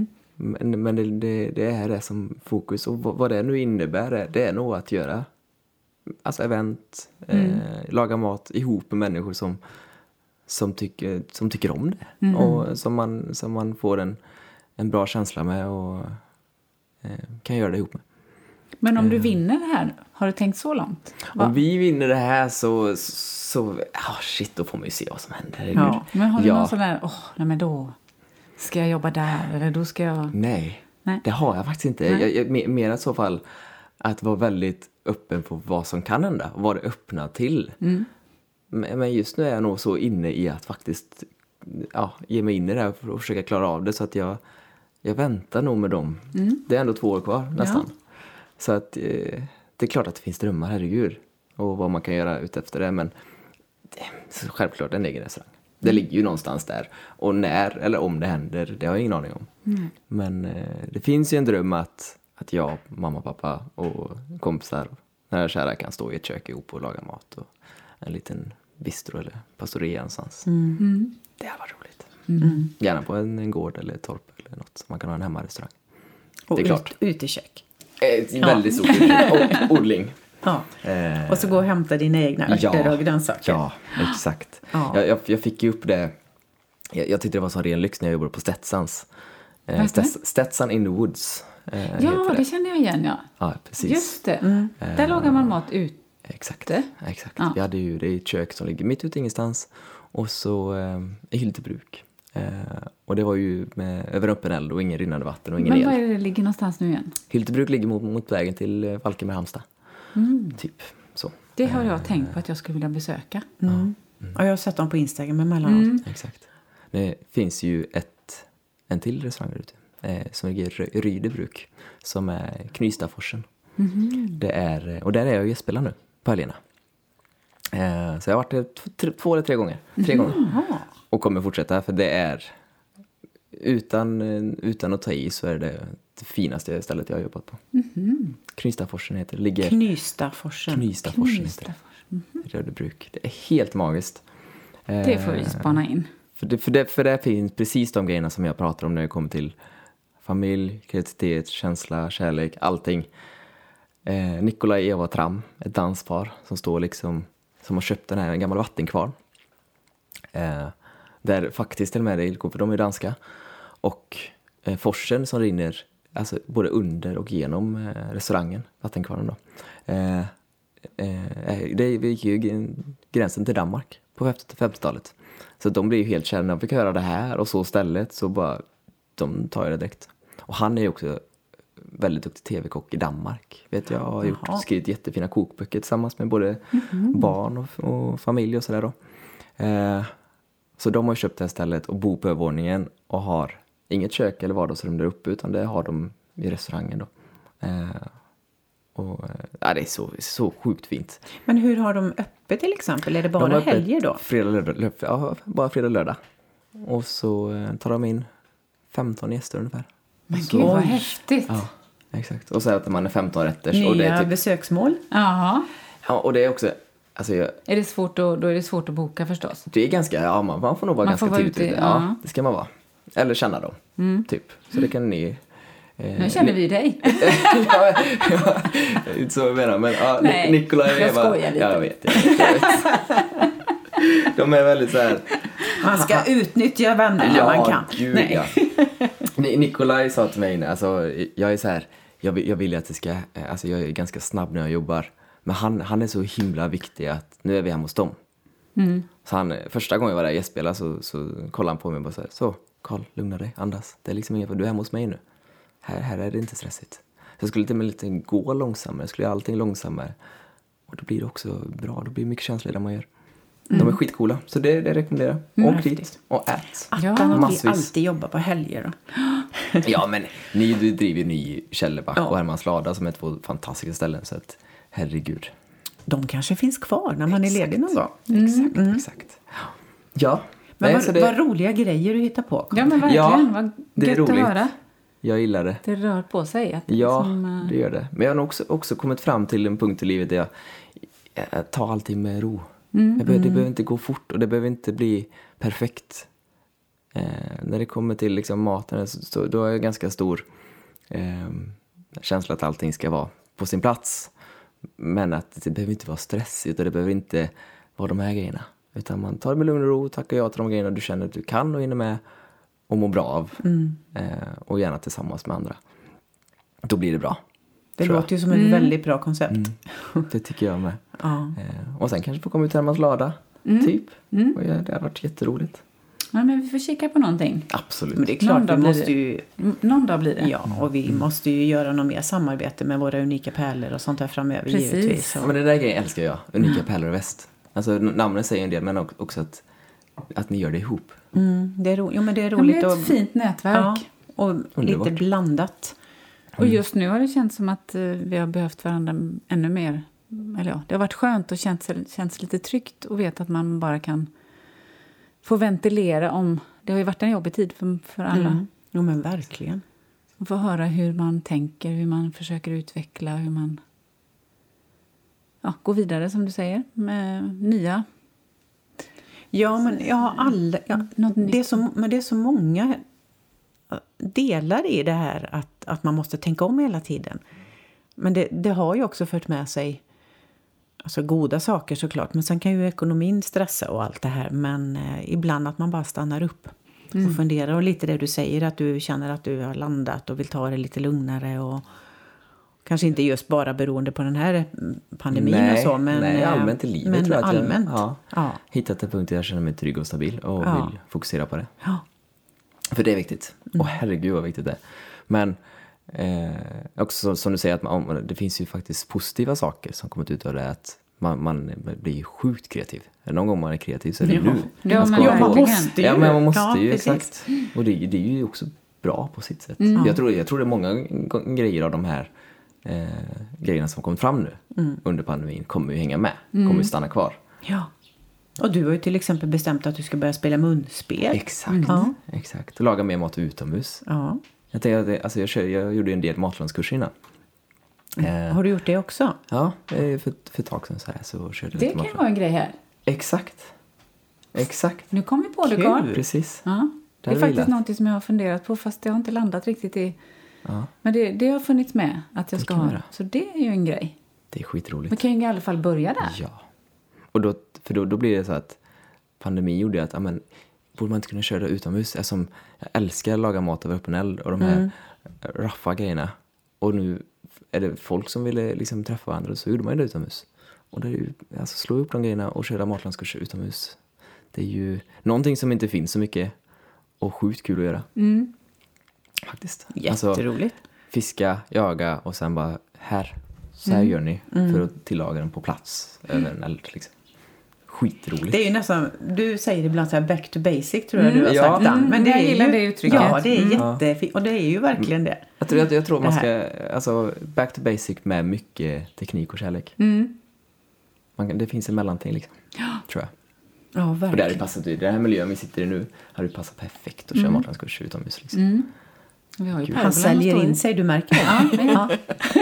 Men, men det, det, det är det som fokus, och vad, vad det nu innebär, det, det är nog att göra alltså event, eh, laga mat ihop med människor som, som, tycker, som tycker om det. Och som man, som man får en, en bra känsla med och eh, kan göra det ihop med. Men om du vinner det här, har du tänkt så långt? Va? Om vi vinner det här så, så ah, shit, då får man ju se vad som händer. Ja. Men har du Ja. någon sån där, åh, nej men då ska jag jobba där eller då ska jag... Nej, Nej. det har jag faktiskt inte. Jag, jag, mer- mer i så fall att vara väldigt öppen på vad som kan hända. Vara öppna till. Men, men just nu är jag nog så inne i att faktiskt ja, ge mig in i det här och försöka klara av det. Så att jag, jag väntar nog med dem. Det är ändå två år kvar nästan. Så att eh, det är klart att det finns drömmar, herregud. Och vad man kan göra ut efter det. Men det, så självklart en egen restaurang. Det ligger ju någonstans där. Och när eller om det händer, det har jag ingen aning om. Men eh, det finns ju en dröm att, att jag, mamma, pappa och kompisar nära kära kan stå i ett kök ihop och laga mat. Och en liten bistro eller pastoria någonstans. Det har varit roligt. Gärna på en, en gård eller ett torp eller något. Så man kan ha en hemmarestaurang. Och Det är klart. Ut, utekök. Ett väldigt stort odling. Och odling. Ja. Eh, Och så gå och hämta dina egna örter och grönsaker. Ja, exakt. Ja. Jag, jag, jag fick ju upp det. Jag, jag tyckte det var så ren lyx när jag jobbade på Stetsans. Vad Eh, heter det? Stets, Stetsan in the Woods. Eh, Ja, heter det. det. känner jag igen, ja. Ja, precis. Just det. Där lagar man mat ut. Exakt. Det? Exakt. Ja. Vi hade ju det är ett kök som ligger mitt ute ingenstans. Och så eh, i Hyltebruk. Eh, och det var ju med, över öppen eld och ingen rinnande vatten och ingen Men el. var är det det ligger någonstans nu igen? Hyltebruk ligger mot, mot vägen till eh, Falkenberg Halmstad. Typ så. Det har jag tänkt på att jag skulle vilja besöka. Mm. Och jag har sett dem på Instagram emellanåt. Exakt. Det finns ju ett, en till restaurang där ute. Eh, som ligger i Rydebruk. Som är Knystaforsen. Det är, och där är jag och gästspelar nu på helgerna. Eh, så jag har varit där t- t- två eller tre gånger. Tre gånger. Och kommer fortsätta för det är utan, utan att ta i så är det det finaste stället jag har jobbat på. Knystaforsen heter det. Ligger Knystaforsen. Knystaforsen heter det. I Rödebruk. Det är helt magiskt. Det får vi spana in. För det, för, det, för det finns precis de grejerna som jag pratar om när det kommer till familj, kreativitet, känsla, kärlek, allting. Eh, Nikolaj och Eva Tram, ett danspar som står liksom, som har köpt den här, en gammal vattenkvarn. Eh, där faktiskt till och med det, för de är danska. Och eh, forsen som rinner alltså både under och genom eh, restaurangen, vattenkvarnen då. Eh, eh, det gick ju gränsen till Danmark på femtiotalet. Så de blir ju helt kända. De fick höra det här och så stället så bara, de tar det direkt. Och han är ju också väldigt duktig tv-kock i Danmark. Vet jag har gjort, Jaha. skrivit jättefina kokböcker tillsammans med både barn och, och familj och sådär då. Eh, Så de har köpt det här stället och bor på övervåningen och har inget kök eller vardagsrum där uppe, utan det har de i restaurangen då. Eh, och, ja, det är så, så sjukt fint. Men hur har de öppet till exempel? Är det bara de helger då? Fredag, lördag, ja, bara fredag och lördag. Och så eh, tar de in femton gäster ungefär. Men så, gud vad häftigt. Ja, exakt. Och så äter man femton rätters. Nya och det är typ, besöksmål? Jaha. ja, och det är också... Alltså jag, Är det svårt att, då är det svårt att boka förstås. det är ganska... Ja, man, man får nog vara Man ganska får vara tidigt ute, ute. ja. Ja, det ska man vara. Eller känna dem, Mm. typ. Så det kan ni... Eh, Nu känner vi dig. ja, ja, inte så jag menar, men ja, Nej, Nikolaj och jag Eva... skojar lite. Ja, jag vet, jag vet, jag vet. De är väldigt så här... Man ska utnyttja vänner när man kan. Gud, Nej. ja. Ni- Nikolaj sa till mig, alltså, jag är så här... Jag vill, jag vill att det ska... Alltså, jag är ganska snabb när jag jobbar. Men han, han är så himla viktig att nu är vi hemma hos dem. Mm. Så han, första gången jag var där och gästspelade så, så kollade han på mig och bara så här, så, Carl, lugna dig, andas. Det är liksom inget, du är hemma hos mig nu. Här, här är det inte stressigt. Så jag skulle till och med lite gå långsammare, jag skulle göra allting långsammare. Och då blir det också bra, då blir det mycket känsligare det man gör. Mm. De är skitcoola, så det, det rekommenderar jag. Åk dit och ät. Attan och vi Massvis. alltid jobbar på helger då. Ja, men ni du driver ju ny Källeback Ja. och Hermans Lada som är två fantastiska ställen, så att herregud. De kanske finns kvar när man är ledig någon gång. Exakt, mm. exakt. Ja. Men Nej, vad, så det, vad roliga grejer du hittar på. Ja, men verkligen. Ja, vad det är gött att roligt. höra. jag gillar det. Det rör på sig. Att det Ja, liksom, eh, det gör det. Men jag har nog också, också kommit fram till en punkt i livet där jag, jag tar allting med ro. Mm, jag behöver, det behöver inte gå fort och det behöver inte bli perfekt. Eh, när det kommer till liksom maten så, så då har jag ganska stor eh, känsla att allting ska vara på sin plats. Men att det behöver inte vara stressigt och det behöver inte vara de här grejerna. Utan man tar det med lugn och ro, tackar ja till de grejerna du känner att du kan och hinner med och mår bra av. Mm. Eh, och gärna tillsammans med andra. Då blir det bra. Det tror låter ju som ett väldigt bra koncept. Mm. Det tycker jag med. Ja. Eh, och sen kanske få komma ut till Hermans Lada, Mm. typ. Mm. Och ja, det har varit jätteroligt. Ja, men vi får kika på någonting. Absolut. Men det är Någon klart, dag vi blir måste det. ju... Mm, Någon dag blir det. Ja, och vi måste ju göra något mer samarbete med våra unika pärlor och sånt här framöver. Precis. Givetvis. Ja, men det där grejen älskar jag. Unika pärlor och väst. Alltså namnen säger en del, men också att, att ni gör det ihop. Mm, det är ro... jo, men det är Det roligt. blir ett och... fint nätverk. Ja, och Underbart. lite blandat. Och just nu har det känts som att eh, vi har behövt varandra ännu mer. Eller ja, det har varit skönt och känts, känts lite tryggt och veta att man bara kan få ventilera om... Det har ju varit en jobbig tid för, för alla. Mm. Jo, men verkligen. Och få höra hur man tänker, hur man försöker utveckla, hur man ja, går vidare som du säger med nya. Ja, men jag har alla... Ja, Något nytt. det är så, men det är så många delar i det här att, att man måste tänka om hela tiden. Men det, det har ju också fört med sig alltså goda saker såklart. Men sen kan ju ekonomin stressa och allt det här. Men eh, ibland att man bara stannar upp Mm. och funderar. Och lite det du säger, att du känner att du har landat och vill ta det lite lugnare. Och kanske inte just bara beroende på den här pandemin Nej, och så. Men, nej, eh, allmänt i livet men tror jag att jag- allmänt. ja. Ja. Hittat en punkt där jag känner mig trygg och stabil och Ja. vill fokusera på det. Ja. För det är viktigt. Mm. Och herregud vad viktigt det är. Men eh, också som du säger, att man, om, det finns ju faktiskt positiva saker som kommit ut av det. Att man, man blir sjukt kreativ. Någon gång man är kreativ så är det Ja. nu. Ja, Man men ska- Ja, man verkligen. måste ju. Ja, men man måste Ja, ju, precis. exakt. Och det, det är ju också bra på sitt sätt. Mm. Jag, tror, jag tror det är många g- grejer av de här eh, grejerna som kommer fram nu Mm. under pandemin kommer ju hänga med. Kommer ju stanna kvar. Ja. Och du har ju till exempel bestämt att du ska börja spela munspel. Exakt. Ja. Exakt. Och laga mer mat utomhus. Ja. Jag, tänkte, att det- alltså jag, kör, jag gjorde en del matlandskurser innan. Eh, Har du gjort det också? ja, eh, för, för ett tag sedan så, här, så körde jag Det lite kan ju matland. vara en grej här. Exakt. Exakt. Nu kom vi på det, Kul. Carl. Precis. Ja. Det Det är hade vi faktiskt gillat. någonting som jag har funderat på fast det har inte landat riktigt i. Ja, Men det, det har funnits med att jag Det ska kan ha. göra. Så det är ju en grej. det är skitroligt. Man kan ju i alla fall börja där. Ja. Och då, för då, då blir det så att pandemi gjorde att, ja men, borde man inte kunna köra utomhus? Eftersom jag älskar att laga mat över öppen eld och de här Mm. raffa grejerna. Och nu är det folk som ville liksom träffa varandra, så gjorde man det utomhus. Och det är ju, alltså slå upp de grejerna och köra matlandskurser utomhus. Det är ju någonting som inte finns så mycket och sjukt kul att göra. Mm. Faktiskt. Alltså, Jätteroligt. fiska, jaga och sen bara här. Så här Mm. gör ni Mm. för att tillaga den på plats över en eld liksom. skitroligt. Det är ju nästan, du säger ibland så här back to basic tror jag mm. du har ja. sagt. Mm. Men det jag är gillar ju, det uttrycket. Ja, det är mm. jättefint. Och det är ju verkligen det. Jag tror, jag, jag tror man ska, alltså back to basic med mycket teknik och kärlek. Mm. Man kan, det finns en mellanting liksom, ja. tror jag. Ja, verkligen. För det hade passat, i den här miljön vi sitter i nu hade det passat perfekt att köra mm. Martlanskurs utomhus liksom. Mm. Vi har ju Han säljer in sig, du märker det. Ja, ja.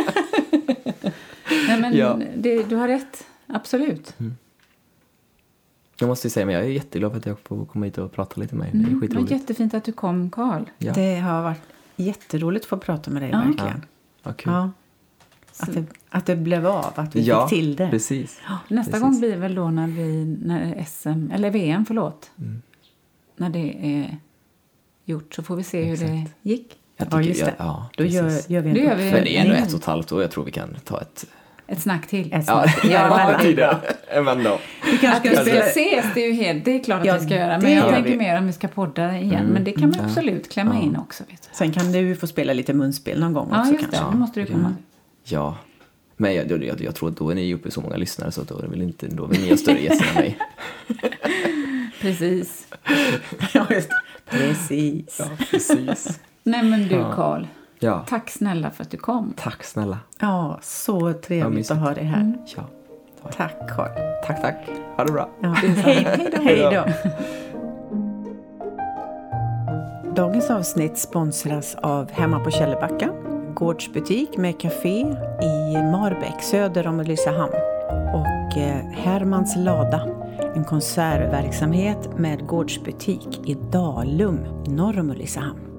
Nej, men ja. det, du har rätt, absolut. Mm. Jag måste säga, men jag är jätteglad för att jag får komma hit och prata lite med dig. Mm. Det är skitroligt. Det var jättefint att du kom, Carl. Ja. Det har varit jätteroligt att få prata med dig, ja. verkligen. Ja, ja kul. Ja. Att, det, att det blev av, att vi ja, fick till det. Precis. Ja, nästa precis. gång blir väl då när vi, när S M, eller V M, förlåt. Mm. När det är gjort så får vi se Exakt. hur det gick. Jag ja, just det. Ja, då gör, gör vi en gör vi. Men det är ändå ett och ett halvt år. Jag tror vi kan ta ett... Ett snack till. Ett snack. Ja, ja tidigare. Men då. Vi kanske ska, ska ses, det är ju helt, det är klart att ja, vi ska göra. Men jag tänker vi. mer om vi ska podda igen. Mm. Men det kan man mm. absolut klämma ja. in också. Vet du. Sen kan du få spela lite munspel någon gång ja, också. Just kanske. Det. Ja, måste du komma. Mm. Ja. Men jag, jag, jag tror att då är ni uppe i så många lyssnare så då är väl inte, då är ni större gäster än mig. Precis. Ja, just det. Precis. Ja, precis. Nej men du Carl. Ja. Tack snälla för att du kom. Tack snälla. Ja, så trevligt ja, att ha dig här. Mm. Ja. Tack Carl. Tack, tack. Ha det bra. Ja. Hej, hej då. Hej då. Dagens avsnitt sponsras av Hemma på Källebacka, gårdsbutik med café i Marbäck söder om Ulricehamn, och Hermans lada, en konsertverksamhet med gårdsbutik i Dalum norr om Ulricehamn.